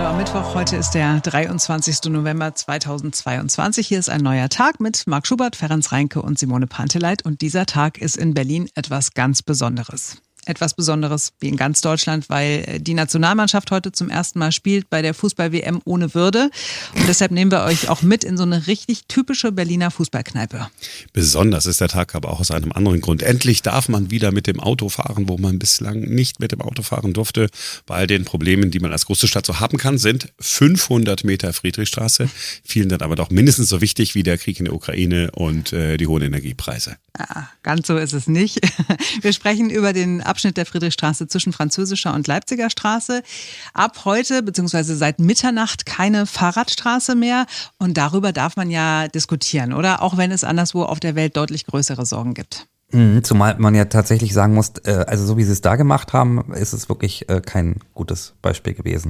am Mittwoch. Heute ist der 23. November 2022. Hier ist ein neuer Tag mit Marc Schubert, Ferenc Reinke und Simone Panteleit. Und dieser Tag ist in Berlin etwas ganz Besonderes. Etwas Besonderes wie in ganz Deutschland, weil die Nationalmannschaft heute zum ersten Mal spielt bei der Fußball-WM ohne Würde. Und deshalb nehmen wir euch auch mit in so eine richtig typische Berliner Fußballkneipe. Besonders ist der Tag aber auch aus einem anderen Grund. Endlich darf man wieder mit dem Auto fahren, wo man bislang nicht mit dem Auto fahren durfte. Bei all den Problemen, die man als große Stadt so haben kann, sind 500 Meter Friedrichstraße. Vielen dann aber doch mindestens so wichtig wie der Krieg in der Ukraine und die hohen Energiepreise. Ja, ganz so ist es nicht. Wir sprechen über den Abschnitt der Friedrichstraße zwischen Französischer und Leipziger Straße. Ab heute bzw. seit Mitternacht keine Fahrradstraße mehr. Und darüber darf man ja diskutieren, oder? Auch wenn es anderswo auf der Welt deutlich größere Sorgen gibt. Zumal man ja tatsächlich sagen muss, also so wie sie es da gemacht haben, ist es wirklich kein gutes Beispiel gewesen.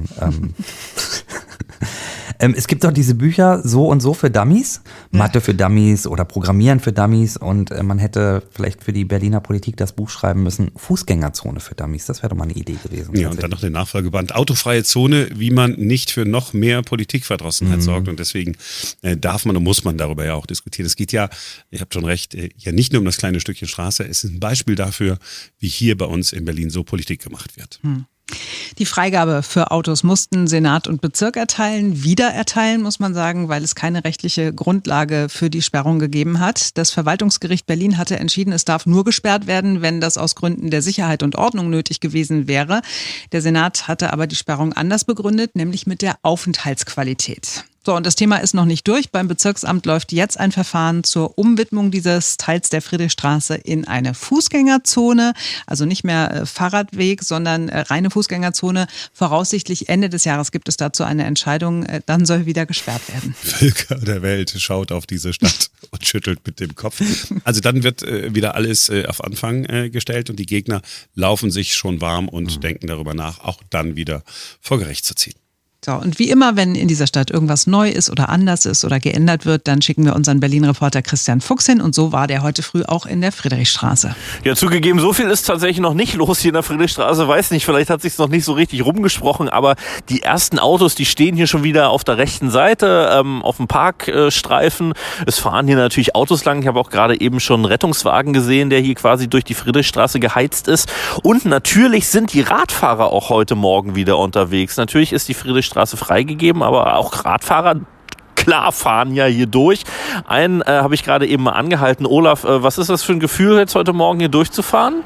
Es gibt doch diese Bücher So und so für Dummies, Mathe für Dummies oder Programmieren für Dummies und man hätte vielleicht für die Berliner Politik das Buch schreiben müssen, Fußgängerzone für Dummies, das wäre doch mal eine Idee gewesen. Ja, und dann noch der Nachfolgeband, autofreie Zone, wie man nicht für noch mehr Politikverdrossenheit sorgt und deswegen darf man und muss man darüber ja auch diskutieren. Es geht ja, ihr habt schon recht, ja nicht nur um das kleine Stückchen Straße, es ist ein Beispiel dafür, wie hier bei uns in Berlin so Politik gemacht wird. Die Freigabe für Autos mussten Senat und Bezirk erteilen, wieder erteilen, muss man sagen, weil es keine rechtliche Grundlage für die Sperrung gegeben hat. Das Verwaltungsgericht Berlin hatte entschieden, es darf nur gesperrt werden, wenn das aus Gründen der Sicherheit und Ordnung nötig gewesen wäre. Der Senat hatte aber die Sperrung anders begründet, nämlich mit der Aufenthaltsqualität. So, und das Thema ist noch nicht durch. Beim Bezirksamt läuft jetzt ein Verfahren zur Umwidmung dieses Teils der Friedrichstraße in eine Fußgängerzone. Also nicht mehr Fahrradweg, sondern reine Fußgängerzone. Voraussichtlich Ende des Jahres gibt es dazu eine Entscheidung. Dann soll wieder gesperrt werden. Völker der Welt schaut auf diese Stadt und schüttelt mit dem Kopf. Also dann wird wieder alles auf Anfang gestellt und die Gegner laufen sich schon warm und denken darüber nach, auch dann wieder vor Gericht zu ziehen. So, und wie immer, wenn in dieser Stadt irgendwas neu ist oder anders ist oder geändert wird, dann schicken wir unseren Berlin-Reporter Christian Fuchs hin und so war der heute früh auch in der Friedrichstraße. Ja, zugegeben, so viel ist tatsächlich noch nicht los hier in der Friedrichstraße, weiß nicht, vielleicht hat sich's noch nicht so richtig rumgesprochen, aber die ersten Autos, die stehen hier schon wieder auf der rechten Seite, auf dem Parkstreifen. Es fahren hier natürlich Autos lang, ich habe auch gerade eben schon einen Rettungswagen gesehen, der hier quasi durch die Friedrichstraße geheizt ist und natürlich sind die Radfahrer auch heute Morgen wieder unterwegs. Natürlich ist die Friedrichstraße freigegeben, aber auch Radfahrer, klar, fahren ja hier durch. Einen habe ich gerade eben mal angehalten. Olaf, was ist das für ein Gefühl, jetzt heute Morgen hier durchzufahren?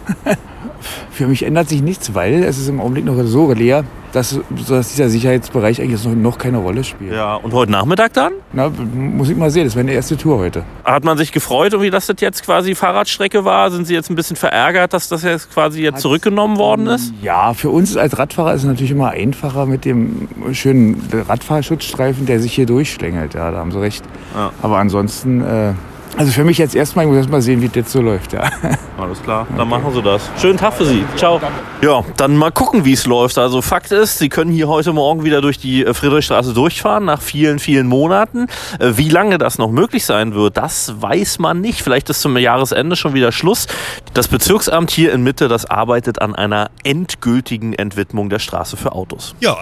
Für mich ändert sich nichts, weil es ist im Augenblick noch so leer, dass dieser Sicherheitsbereich eigentlich noch keine Rolle spielt. Ja, und heute Nachmittag dann? Na, muss ich mal sehen, das wäre eine erste Tour heute. Hat man sich gefreut, dass das jetzt quasi Fahrradstrecke war? Sind Sie jetzt ein bisschen verärgert, dass das jetzt quasi zurückgenommen worden ist? Ja, für uns als Radfahrer ist es natürlich immer einfacher mit dem schönen Radfahrschutzstreifen, der sich hier durchschlängelt. Ja, da haben Sie recht. Ja. Aber ansonsten... Also für mich jetzt erstmal, ich muss erst mal sehen, wie das jetzt so läuft, ja. Alles klar, dann machen Sie das. Schönen Tag für Sie. Ciao. Ja, dann mal gucken, wie es läuft. Also Fakt ist, Sie können hier heute Morgen wieder durch die Friedrichstraße durchfahren, nach vielen, vielen Monaten. Wie lange das noch möglich sein wird, das weiß man nicht. Vielleicht ist zum Jahresende schon wieder Schluss. Das Bezirksamt hier in Mitte, das arbeitet an einer endgültigen Entwidmung der Straße für Autos. Ja,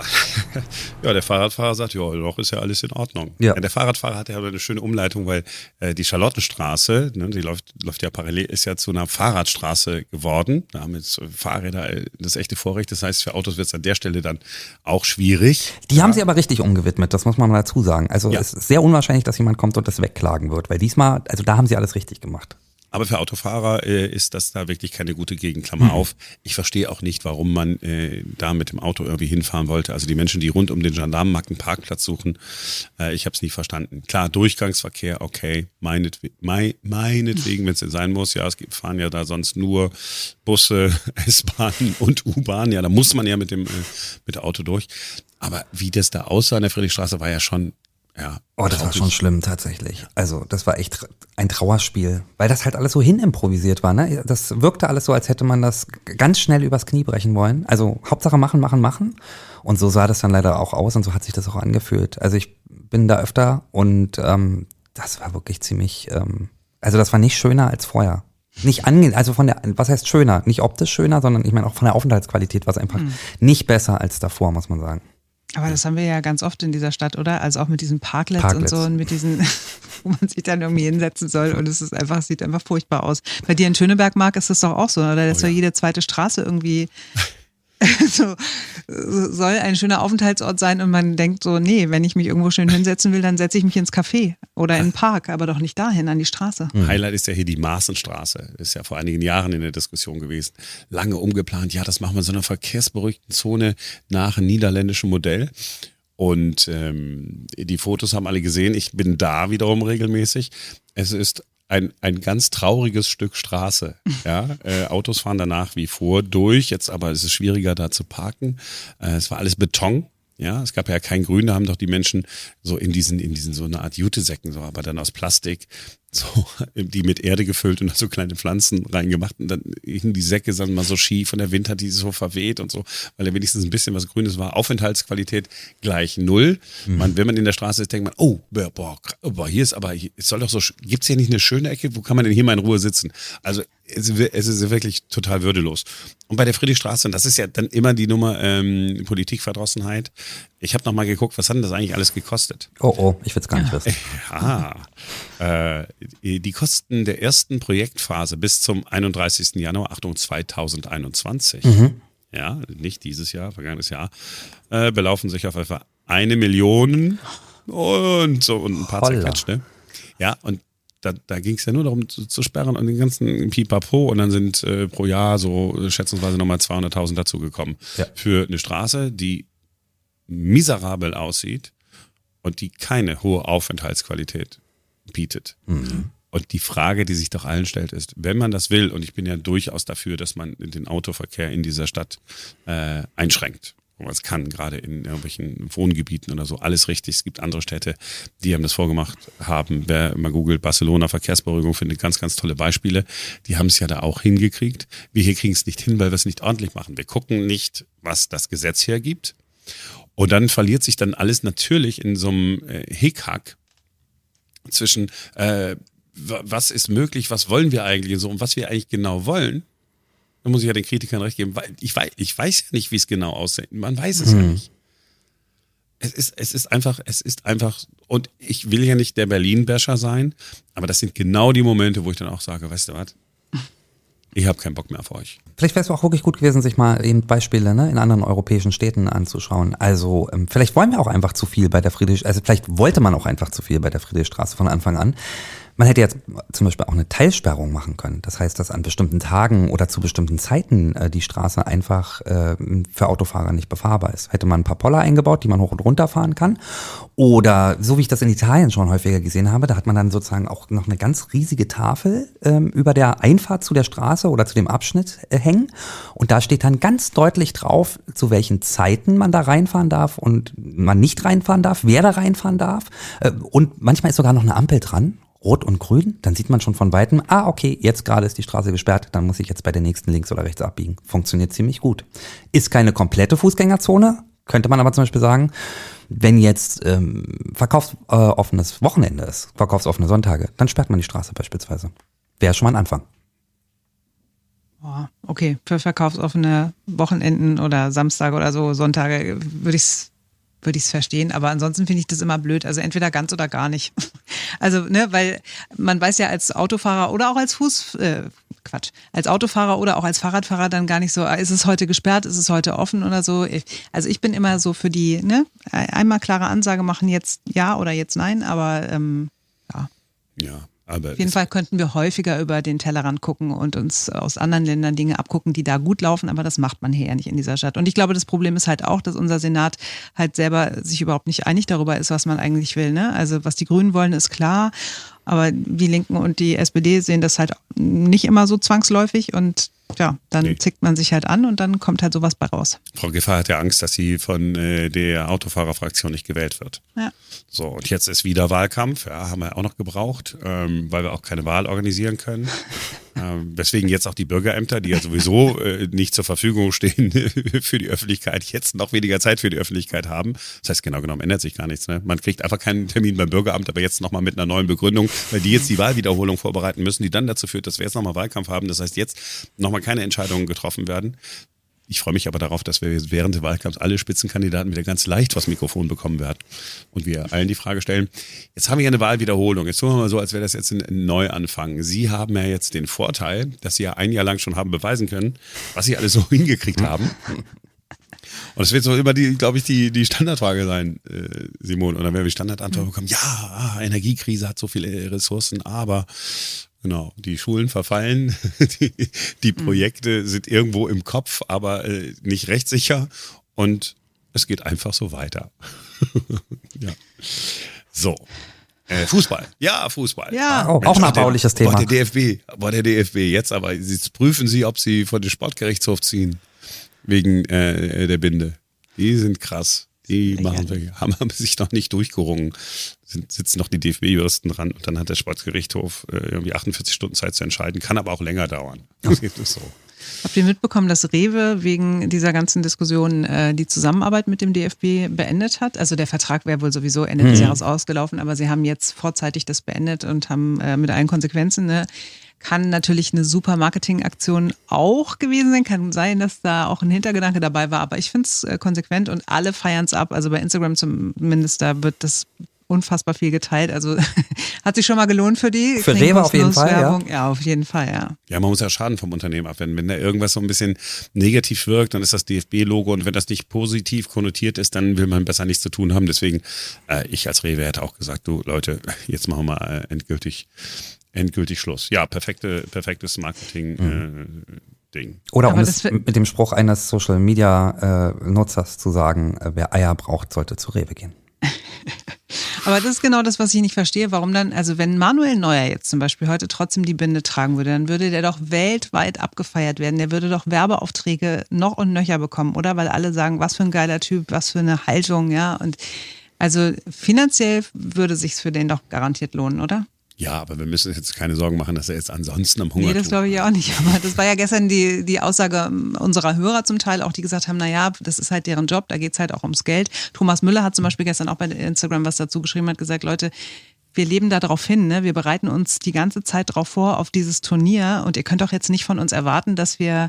der Fahrradfahrer sagt, ja, doch ist ja alles in Ordnung. Ja. Der Fahrradfahrer hat ja eine schöne Umleitung, weil die Charlottenstraße, ne, die läuft ja parallel, ist ja zu einer Fahrradstraße geworden. Da haben jetzt Fahrräder das echte Vorrecht. Das heißt, für Autos wird es an der Stelle dann auch schwierig. Die haben sie aber richtig umgewidmet, das muss man mal dazu sagen. Also es ist sehr unwahrscheinlich, dass jemand kommt und das wegklagen wird, weil diesmal, also da haben sie alles richtig gemacht. Aber für Autofahrer ist das da wirklich keine gute Gegend, Klammer auf. Ich verstehe auch nicht, warum man da mit dem Auto irgendwie hinfahren wollte. Also die Menschen, die rund um den Gendarmenmarkt einen Parkplatz suchen, ich habe es nicht verstanden. Klar, Durchgangsverkehr, okay, meinetwegen, wenn es denn sein muss. Ja, es fahren ja da sonst nur Busse, S-Bahnen und U-Bahn. Ja, da muss man ja mit dem Auto durch. Aber wie das da aussah in der Friedrichstraße, war ja schon... Ja, das war schon schlimm tatsächlich. Also das war echt ein Trauerspiel, weil das halt alles so hinimprovisiert war. Ne? Das wirkte alles so, als hätte man das ganz schnell übers Knie brechen wollen. Also Hauptsache machen. Und so sah das dann leider auch aus und so hat sich das auch angefühlt. Also ich bin da öfter und das war wirklich ziemlich, also das war nicht schöner als vorher. Nicht angenehm, also was heißt schöner? Nicht optisch schöner, sondern ich meine auch von der Aufenthaltsqualität war es einfach nicht besser als davor, muss man sagen. Aber das haben wir ja ganz oft in dieser Stadt, oder? Also auch mit diesen Parklets und so und mit diesen, wo man sich dann irgendwie hinsetzen soll und es ist einfach, sieht einfach furchtbar aus. Bei dir in Schöneberg, Marc, ist das doch auch so, oder? Da ist ja jede zweite Straße irgendwie soll ein schöner Aufenthaltsort sein und man denkt so, nee, wenn ich mich irgendwo schön hinsetzen will, dann setze ich mich ins Café oder in den Park, aber doch nicht dahin, an die Straße. Highlight ist ja hier die Maaßenstraße. Ist ja vor einigen Jahren in der Diskussion gewesen. Lange umgeplant, ja, das machen wir in so einer verkehrsberuhigten Zone nach niederländischem Modell. Und die Fotos haben alle gesehen. Ich bin da wiederum regelmäßig. Es ist ein ganz trauriges Stück Straße. Ja? Autos fahren danach wie vor durch, jetzt aber ist es schwieriger da zu parken. Es war alles Beton. Ja, es gab ja kein Grün, da haben doch die Menschen so in diesen so eine Art Jutesäcken, so, aber dann aus Plastik, so, die mit Erde gefüllt und da so kleine Pflanzen reingemacht und dann hingen die Säcke dann mal so schief und der Wind hat die so verweht und so, weil da wenigstens ein bisschen was Grünes war. Aufenthaltsqualität gleich 0. Wenn man in der Straße ist, denkt man, oh, boah, hier es soll doch so, gibt's hier nicht eine schöne Ecke? Wo kann man denn hier mal in Ruhe sitzen? Also, es ist wirklich total würdelos. Und bei der Friedrichstraße, und das ist ja dann immer die Nummer Politikverdrossenheit. Ich habe nochmal geguckt, was hat denn das eigentlich alles gekostet? Oh, ich will es gar nicht wissen. Die Kosten der ersten Projektphase bis zum 31. Januar, Achtung, 2021, ja, nicht dieses Jahr, vergangenes Jahr, belaufen sich auf etwa 1 Million und ein paar zerquetscht, ne? Ja, und da ging es ja nur darum zu sperren und den ganzen Pipapo und dann sind pro Jahr so schätzungsweise nochmal 200.000 dazugekommen. Ja. Für eine Straße, die miserabel aussieht und die keine hohe Aufenthaltsqualität bietet. Und die Frage, die sich doch allen stellt, ist, wenn man das will, und ich bin ja durchaus dafür, dass man den Autoverkehr in dieser Stadt einschränkt, wo man es kann, gerade in irgendwelchen Wohngebieten oder so, alles richtig. Es gibt andere Städte, die haben das vorgemacht haben. Wer mal googelt, Barcelona, Verkehrsberuhigung, findet ganz, ganz tolle Beispiele. Die haben es ja da auch hingekriegt. Wir hier kriegen es nicht hin, weil wir es nicht ordentlich machen. Wir gucken nicht, was das Gesetz hergibt. Und dann verliert sich dann alles natürlich in so einem Hickhack zwischen was ist möglich, was wollen wir eigentlich und so und was wir eigentlich genau wollen. Da muss ich ja den Kritikern recht geben, weil ich weiß ja nicht, wie es genau aussieht. Man weiß es ja nicht. Es ist einfach, und ich will ja nicht der Berlin-Basher sein, aber das sind genau die Momente, wo ich dann auch sage, weißt du was, ich habe keinen Bock mehr auf euch. Vielleicht wäre es auch wirklich gut gewesen, sich mal eben Beispiele in anderen europäischen Städten anzuschauen. Also vielleicht wollen wir auch einfach zu viel bei der vielleicht wollte man auch einfach zu viel bei der Friedrichstraße von Anfang an. Man hätte jetzt zum Beispiel auch eine Teilsperrung machen können. Das heißt, dass an bestimmten Tagen oder zu bestimmten Zeiten die Straße einfach für Autofahrer nicht befahrbar ist. Hätte man ein paar Poller eingebaut, die man hoch und runter fahren kann. Oder so wie ich das in Italien schon häufiger gesehen habe, da hat man dann sozusagen auch noch eine ganz riesige Tafel über der Einfahrt zu der Straße oder zu dem Abschnitt hängen. Und da steht dann ganz deutlich drauf, zu welchen Zeiten man da reinfahren darf und man nicht reinfahren darf, wer da reinfahren darf. Und manchmal ist sogar noch eine Ampel dran. Rot und Grün, dann sieht man schon von Weitem, okay, jetzt gerade ist die Straße gesperrt, dann muss ich jetzt bei der nächsten links oder rechts abbiegen. Funktioniert ziemlich gut. Ist keine komplette Fußgängerzone, könnte man aber zum Beispiel sagen, wenn jetzt verkaufsoffenes Wochenende ist, verkaufsoffene Sonntage, dann sperrt man die Straße beispielsweise. Wäre schon mal ein Anfang. Okay, für verkaufsoffene Wochenenden oder Samstage oder so, Sonntage würde ich es verstehen, aber ansonsten finde ich das immer blöd. Also entweder ganz oder gar nicht. Also, weil man weiß ja als Autofahrer oder auch als als Autofahrer oder auch als Fahrradfahrer dann gar nicht so, ist es heute gesperrt, ist es heute offen oder so. Also ich bin immer so für die, einmal klare Ansage machen, jetzt ja oder jetzt nein, aber ja. Ja. Aber auf jeden Fall könnten wir häufiger über den Tellerrand gucken und uns aus anderen Ländern Dinge abgucken, die da gut laufen, aber das macht man hier ja nicht in dieser Stadt. Und ich glaube, das Problem ist halt auch, dass unser Senat halt selber sich überhaupt nicht einig darüber ist, was man eigentlich will. Also was die Grünen wollen, ist klar, aber die Linken und die SPD sehen das halt nicht immer so zwangsläufig und ja, dann zickt man sich halt an und dann kommt halt sowas bei raus. Frau Giffey hat ja Angst, dass sie von der Autofahrerfraktion nicht gewählt wird. Ja. So, und jetzt ist wieder Wahlkampf, haben wir auch noch gebraucht, weil wir auch keine Wahl organisieren können. Weswegen jetzt auch die Bürgerämter, die ja sowieso nicht zur Verfügung stehen für die Öffentlichkeit, jetzt noch weniger Zeit für die Öffentlichkeit haben. Das heißt, genau genommen ändert sich gar nichts. Ne? Man kriegt einfach keinen Termin beim Bürgeramt, aber jetzt nochmal mit einer neuen Begründung, weil die jetzt die Wahlwiederholung vorbereiten müssen, die dann dazu führt, dass wir jetzt nochmal Wahlkampf haben. Das heißt, jetzt nochmal keine Entscheidungen getroffen werden. Ich freue mich aber darauf, dass wir während des Wahlkampfs alle Spitzenkandidaten wieder ganz leicht vors Mikrofon bekommen werden und wir allen die Frage stellen, jetzt haben wir ja eine Wahlwiederholung, jetzt tun wir mal so, als wäre das jetzt ein Neuanfang. Sie haben ja jetzt den Vorteil, dass Sie ja ein Jahr lang schon haben beweisen können, was Sie alles so hingekriegt haben. Und es wird so immer die Standardfrage sein, Simon. Und dann werden wir die Standardantwort bekommen, ja, Energiekrise hat so viele Ressourcen, aber genau, die Schulen verfallen, die Projekte sind irgendwo im Kopf, aber nicht rechtssicher und es geht einfach so weiter. Ja. So. Fußball. Ja, Fußball. Ja, auch ein erbauliches Thema. Der DFB. Jetzt aber, jetzt prüfen Sie, ob Sie vor den Sportgerichtshof ziehen. Wegen der Binde. Die sind krass. Die haben sich noch nicht durchgerungen. Sitzen noch die DFB-Juristen dran und dann hat der Sportgerichtshof irgendwie 48 Stunden Zeit zu entscheiden. Kann aber auch länger dauern. Das geht so. Habt ihr mitbekommen, dass Rewe wegen dieser ganzen Diskussion die Zusammenarbeit mit dem DFB beendet hat? Also der Vertrag wäre wohl sowieso Ende des Jahres ausgelaufen, aber sie haben jetzt vorzeitig das beendet und haben mit allen Konsequenzen, ne? Kann natürlich eine super Marketingaktion auch gewesen sein. Kann sein, dass da auch ein Hintergedanke dabei war. Aber ich finde es konsequent und alle feiern es ab. Also bei Instagram zumindest, da wird das unfassbar viel geteilt. Also hat sich schon mal gelohnt für die. Für Rewe auf jeden Fall, ja. Ja, auf jeden Fall, ja. Ja, man muss ja Schaden vom Unternehmen abwenden. Wenn da irgendwas so ein bisschen negativ wirkt, dann ist das DFB-Logo und wenn das nicht positiv konnotiert ist, dann will man besser nichts zu tun haben. Deswegen, ich als Rewe hätte auch gesagt, du Leute, jetzt machen wir mal endgültig Schluss. Ja, perfektes Marketing-Ding. Oder um es mit dem Spruch eines Social-Media-Nutzers zu sagen, wer Eier braucht, sollte zu Rewe gehen. Aber das ist genau das, was ich nicht verstehe. Warum dann, also wenn Manuel Neuer jetzt zum Beispiel heute trotzdem die Binde tragen würde, dann würde der doch weltweit abgefeiert werden. Der würde doch Werbeaufträge noch und nöcher bekommen, oder? Weil alle sagen, was für ein geiler Typ, was für eine Haltung, ja. Und also finanziell würde sich's für den doch garantiert lohnen, oder? Ja, aber wir müssen uns jetzt keine Sorgen machen, dass er jetzt ansonsten am Hunger Nee, das glaube ich auch nicht. Aber das war ja gestern die Aussage unserer Hörer zum Teil, auch die gesagt haben, naja, das ist halt deren Job, da geht's halt auch ums Geld. Thomas Müller hat zum Beispiel gestern auch bei Instagram was dazu geschrieben, hat gesagt, Leute, wir leben da drauf hin, ne? Wir bereiten uns die ganze Zeit drauf vor, auf dieses Turnier und ihr könnt doch jetzt nicht von uns erwarten, dass wir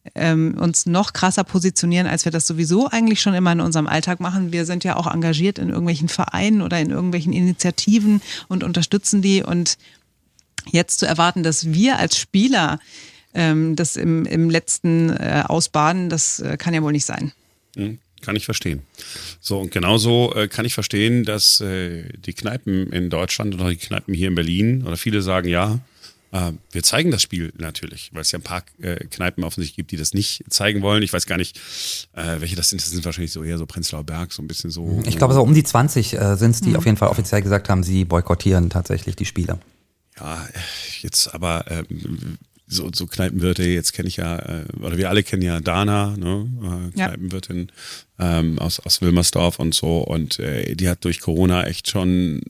uns noch krasser positionieren, als wir das sowieso eigentlich schon immer in unserem Alltag machen. Wir sind ja auch engagiert in irgendwelchen Vereinen oder in irgendwelchen Initiativen und unterstützen die. Und jetzt zu erwarten, dass wir als Spieler das im letzten ausbaden, das kann ja wohl nicht sein. Kann ich verstehen. So, und genauso kann ich verstehen, dass die Kneipen in Deutschland oder die Kneipen hier in Berlin oder viele sagen, ja, wir zeigen das Spiel natürlich, weil es ja ein paar Kneipen offensichtlich gibt, die das nicht zeigen wollen. Ich weiß gar nicht, welche das sind. Das sind wahrscheinlich so eher so Prenzlauer Berg, so ein bisschen so. Ich glaube, so um die 20 sind es, die auf jeden Fall offiziell gesagt haben, sie boykottieren tatsächlich die Spiele. Ja, jetzt aber so Kneipenwirte, jetzt kenne ich ja, oder wir alle kennen ja Dana, ne? Kneipenwirtin aus Wilmersdorf und so. Und die hat durch Corona echt schon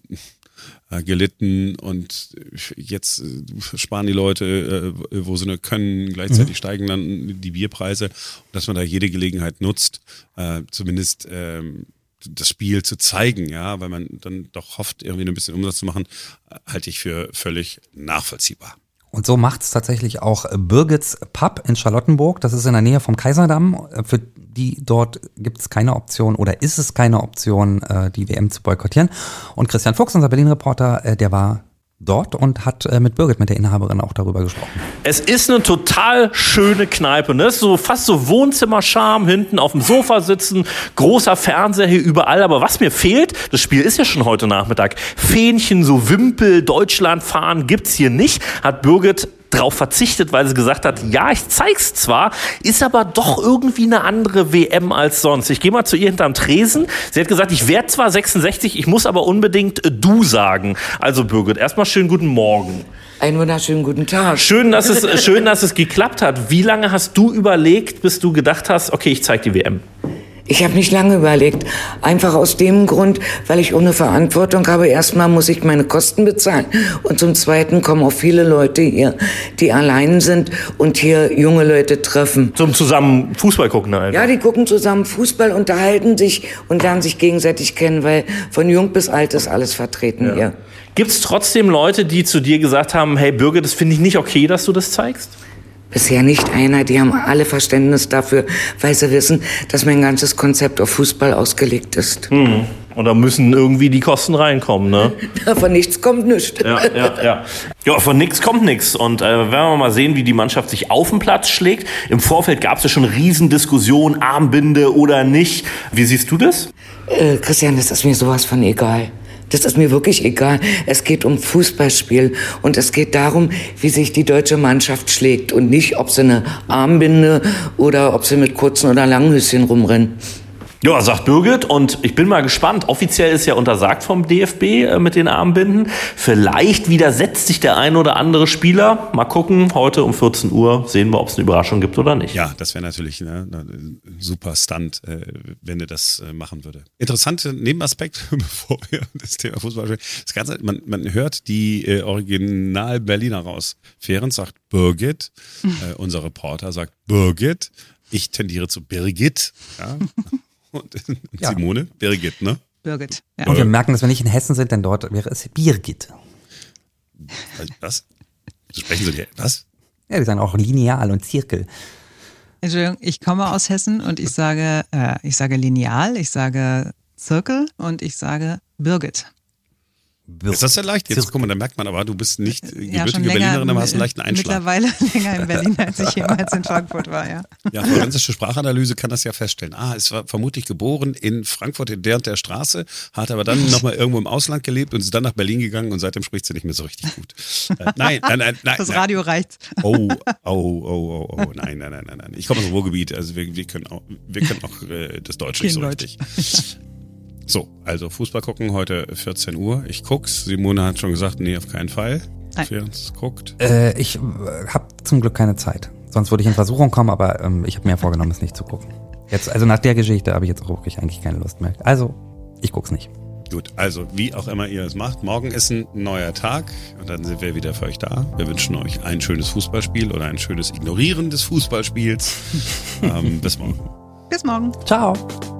gelitten und jetzt sparen die Leute, wo sie nur können, gleichzeitig steigen dann die Bierpreise, dass man da jede Gelegenheit nutzt, zumindest das Spiel zu zeigen, ja, weil man dann doch hofft, irgendwie ein bisschen Umsatz zu machen, halte ich für völlig nachvollziehbar. Und so macht es tatsächlich auch Birgits Pub in Charlottenburg. Das ist in der Nähe vom Kaiserdamm. Für die dort gibt es keine Option oder ist es keine Option, die WM zu boykottieren. Und Christian Fuchs, unser Berlin-Reporter, der war dort und hat mit Birgit, mit der Inhaberin, auch darüber gesprochen. Es ist eine total schöne Kneipe, ne? So fast so Wohnzimmercharme, hinten auf dem Sofa sitzen, großer Fernseher hier überall. Aber was mir fehlt, das Spiel ist ja schon heute Nachmittag, Fähnchen, so Wimpel, Deutschland fahren gibt's hier nicht, hat Birgit drauf verzichtet, weil sie gesagt hat, ja, ich zeig's zwar, ist aber doch irgendwie eine andere WM als sonst. Ich gehe mal zu ihr hinterm Tresen. Sie hat gesagt, ich werde zwar 66, ich muss aber unbedingt du sagen. Also Birgit, erstmal schönen guten Morgen. Einen wunderschönen guten Tag. Schön, dass es geklappt hat. Wie lange hast du überlegt, bis du gedacht hast, okay, ich zeig die WM? Ich habe nicht lange überlegt. Einfach aus dem Grund, weil ich ohne Verantwortung habe. Erstmal muss ich meine Kosten bezahlen. Und zum Zweiten kommen auch viele Leute hier, die allein sind und hier junge Leute treffen. Zum zusammen Fußball gucken halt. Ja, die gucken zusammen Fußball, unterhalten sich und lernen sich gegenseitig kennen, weil von jung bis alt ist alles vertreten hier. Gibt es trotzdem Leute, die zu dir gesagt haben, hey Birgit, das finde ich nicht okay, dass du das zeigst? Bisher nicht einer. Die haben alle Verständnis dafür, weil sie wissen, dass mein ganzes Konzept auf Fußball ausgelegt ist. Und da müssen irgendwie die Kosten reinkommen, ne? Von nichts kommt nichts. Ja, von nichts kommt nichts. Und wenn wir mal sehen, wie die Mannschaft sich auf dem Platz schlägt. Im Vorfeld gab es ja schon Riesendiskussionen, Armbinde oder nicht. Wie siehst du das? Christian, das ist mir sowas von egal. Das ist mir wirklich egal. Es geht um Fußballspiel und es geht darum, wie sich die deutsche Mannschaft schlägt und nicht, ob sie eine Armbinde oder ob sie mit kurzen oder langen Höschen rumrennen. Ja, sagt Birgit, und ich bin mal gespannt. Offiziell ist ja untersagt vom DFB mit den Armbinden. Vielleicht widersetzt sich der ein oder andere Spieler. Mal gucken, heute um 14 Uhr sehen wir, ob es eine Überraschung gibt oder nicht. Ja, das wäre natürlich ein super Stunt, wenn er das machen würde. Interessanter Nebenaspekt, bevor wir das Thema Fußball spielen. Das Ganze, man hört die Original Berliner raus. Ferenc sagt Birgit, unser Reporter sagt Birgit. Ich tendiere zu Birgit, ja. Und Simone, Birgit, ne? Birgit, ja. Und wir merken, dass wir nicht in Hessen sind, denn dort wäre es Birgit. Was? Sprechen Sie was? Ja, die sagen auch Lineal und Zirkel. Entschuldigung, ich komme aus Hessen und ich sage Lineal, ich sage Zirkel und ich sage Birgit. Ist das ja leicht? Jetzt guck mal, da merkt man aber, du bist nicht gebürtige Berlinerin, aber hast einen leichten Einschlag. Mittlerweile länger in Berlin, als ich jemals in Frankfurt war, ja. Ja, forensische Sprachanalyse kann das ja feststellen. Es war vermutlich geboren in Frankfurt in der und der Straße, hat aber dann nochmal irgendwo im Ausland gelebt und ist dann nach Berlin gegangen und seitdem spricht sie nicht mehr so richtig gut. Nein. Das Radio reicht. Oh, nein. Ich komme aus dem Ruhrgebiet, also wir können auch das Deutsch nicht so richtig. So, also Fußball gucken, heute 14 Uhr. Ich guck's. Simone hat schon gesagt, nee, auf keinen Fall. Ferenc guckt. Ich habe zum Glück keine Zeit. Sonst würde ich in Versuchung kommen, aber ich habe mir vorgenommen, es nicht zu gucken. Jetzt, also nach der Geschichte habe ich jetzt auch wirklich eigentlich keine Lust mehr. Also, ich guck's nicht. Gut, also wie auch immer ihr es macht, morgen ist ein neuer Tag und dann sind wir wieder für euch da. Wir wünschen euch ein schönes Fußballspiel oder ein schönes Ignorieren des Fußballspiels. Bis morgen. Bis morgen. Ciao.